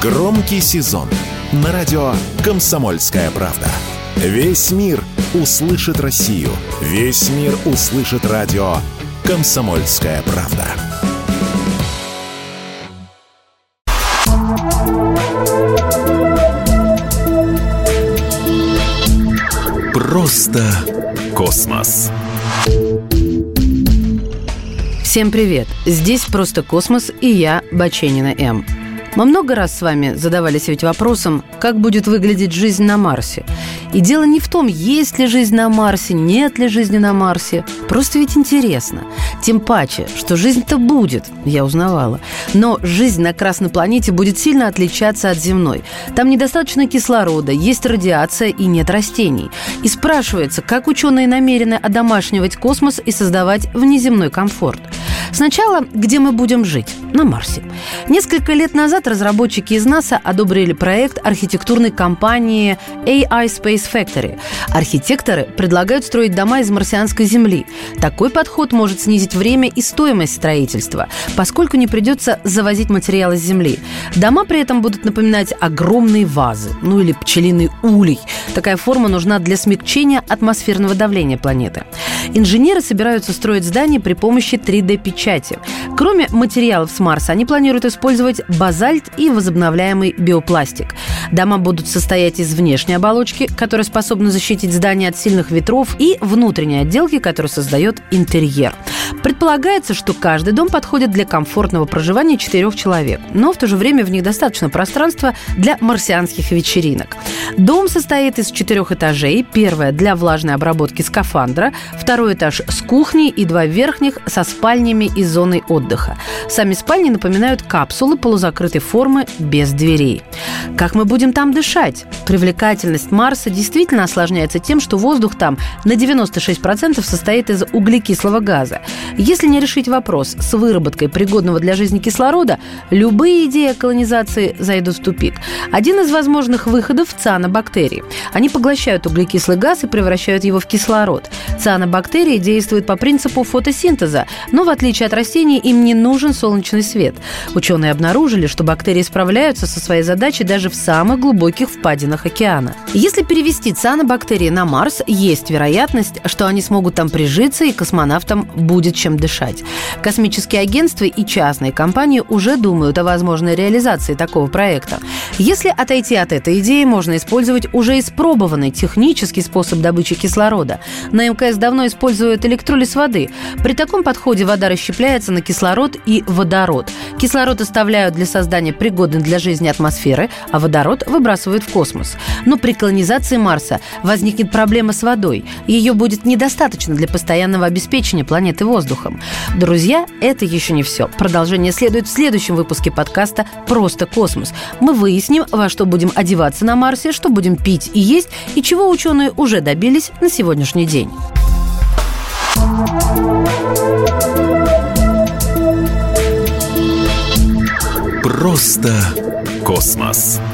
Громкий сезон на радио «Комсомольская правда». Весь мир услышит Россию. Весь мир услышит радио «Комсомольская правда». Просто космос. Всем привет! Здесь «Просто космос» и я, Баченина М. Мы много раз с вами задавались ведь вопросом, как будет выглядеть жизнь на Марсе. И дело не в том, есть ли жизнь на Марсе, нет ли жизни на Марсе. Просто ведь интересно. Тем паче, что жизнь-то будет, я узнавала. Но жизнь на Красной планете будет сильно отличаться от земной. Там недостаточно кислорода, есть радиация и нет растений. И спрашивается, как ученые намерены одомашнивать космос и создавать внеземной комфорт. Сначала, где мы будем жить? На Марсе. Несколько лет назад разработчики из НАСА одобрили проект архитектурной компании AI Space Factory. Архитекторы предлагают строить дома из марсианской земли. Такой подход может снизить время и стоимость строительства, поскольку не придется завозить материалы с Земли. Дома при этом будут напоминать огромные вазы, или пчелиный улей. Такая форма нужна для смягчения атмосферного давления планеты. Инженеры собираются строить здания при помощи 3D-печати. Кроме материалов с Марса, они планируют использовать базальт и возобновляемый биопластик. Дома будут состоять из внешней оболочки, которая способна защитить здание от сильных ветров, и внутренней отделки, которая создает интерьер. Предполагается, что каждый дом подходит для комфортного проживания 4 человек, но в то же время в них достаточно пространства для марсианских вечеринок. Дом состоит из 4 этажей. Первое – для влажной обработки скафандра, второй этаж с кухней и 2 верхних со спальнями и зоной отдыха. Сами спальни напоминают капсулы полузакрытой формы без дверей. Как мы будем там дышать? Привлекательность Марса действительно осложняется тем, что воздух там на 96% состоит из углекислого газа. Если не решить вопрос с выработкой пригодного для жизни кислорода, любые идеи о колонизации зайдут в тупик. Один из возможных выходов – цианобактерии. Они поглощают углекислый газ и превращают его в кислород. Цианобактерии действуют по принципу фотосинтеза, но в отличие от растений им не нужен солнечный свет. Ученые обнаружили, что бактерии справляются со своей задачей даже в самых глубоких впадинах океана. Если перевести цианобактерии на Марс, есть вероятность, что они смогут там прижиться и космонавтам будет чем дышать. Космические агентства и частные компании уже думают о возможной реализации такого проекта. Если отойти от этой идеи, можно использовать уже испробованный технический способ добычи кислорода. На МКС давно используют электролиз воды. При таком подходе вода расщепляется на кислород и водород. Кислород оставляют для создания пригодной для жизни атмосферы, а водород выбрасывают в космос. Но при колонизации Марса возникнет проблема с водой. Ее будет недостаточно для постоянного обеспечения планеты воздухом. Друзья, это еще не все. Продолжение следует в следующем выпуске подкаста «Просто космос». Мы выясним, во что будем одеваться на Марсе, что будем пить и есть, и чего ученые уже добились на сегодняшний день. Просто космос.